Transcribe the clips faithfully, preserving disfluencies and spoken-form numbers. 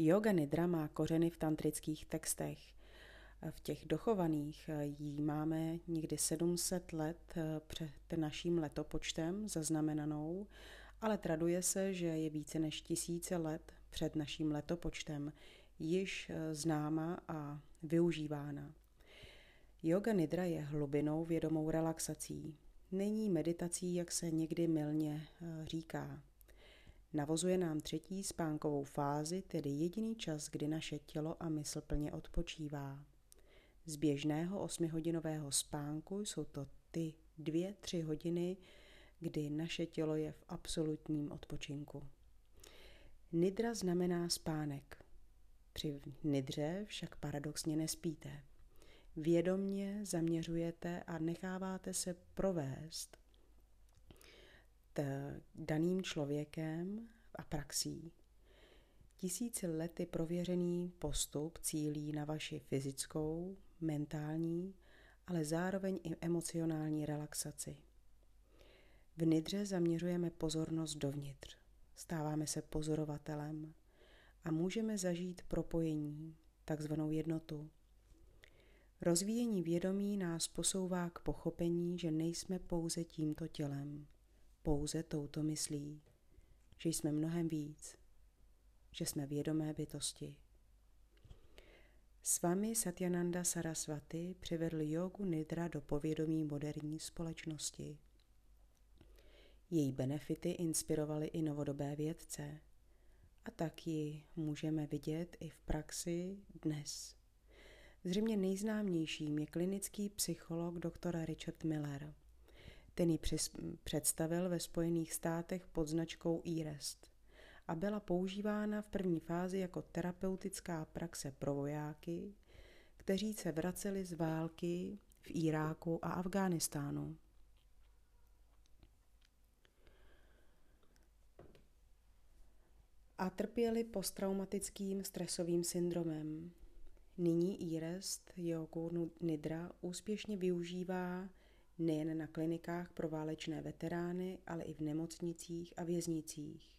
Yoga nidra má kořeny v tantrických textech. V těch dochovaných jí máme někdy sedm set let před naším letopočtem zaznamenanou, ale traduje se, že je více než tisíce let před naším letopočtem již známa a využívána. Yoga nidra je hlubinou vědomou relaxací. Není meditací, jak se někdy mylně říká. Navozuje nám třetí spánkovou fázi, tedy jediný čas, kdy naše tělo a mysl plně odpočívá. Z běžného osmihodinového spánku jsou to ty dvě, tři hodiny, kdy naše tělo je v absolutním odpočinku. Nidra znamená spánek. Při nidře však paradoxně nespíte. Vědomně zaměřujete a necháváte se provést daným člověkem a praxí. Tisíci lety prověřený postup cílí na vaši fyzickou, mentální, ale zároveň i emocionální relaxaci. V nidře zaměřujeme pozornost dovnitř, stáváme se pozorovatelem a můžeme zažít propojení, takzvanou jednotu. Rozvíjení vědomí nás posouvá k pochopení, že nejsme pouze tímto tělem, pouze touto myslí, že jsme mnohem víc, že jsme vědomé bytosti. Swami Satyananda Saraswati přivedl jógu nidra do povědomí moderní společnosti. Její benefity inspirovaly i novodobé vědce a tak ji můžeme vidět i v praxi dnes. Zřejmě nejznámějším je klinický psycholog doktor Richard Miller. Ten ji představil ve Spojených státech pod značkou eRest a byla používána v první fázi jako terapeutická praxe pro vojáky, kteří se vraceli z války v Iráku a Afghánistánu. A trpěli posttraumatickým stresovým syndromem. Nyní eRest jógu nidra úspěšně využívá nejen na klinikách pro válečné veterány, ale i v nemocnicích a věznicích.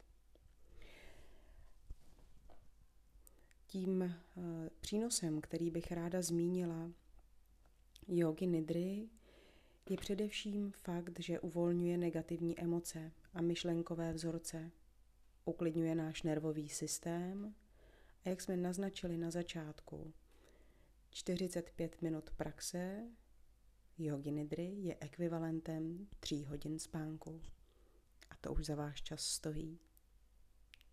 Tím přínosem, který bych ráda zmínila jógy nidry, je především fakt, že uvolňuje negativní emoce a myšlenkové vzorce, uklidňuje náš nervový systém a jak jsme naznačili na začátku, čtyřicet pět minut praxe jógy nidry je ekvivalentem tří hodin spánku. A to už za váš čas stojí.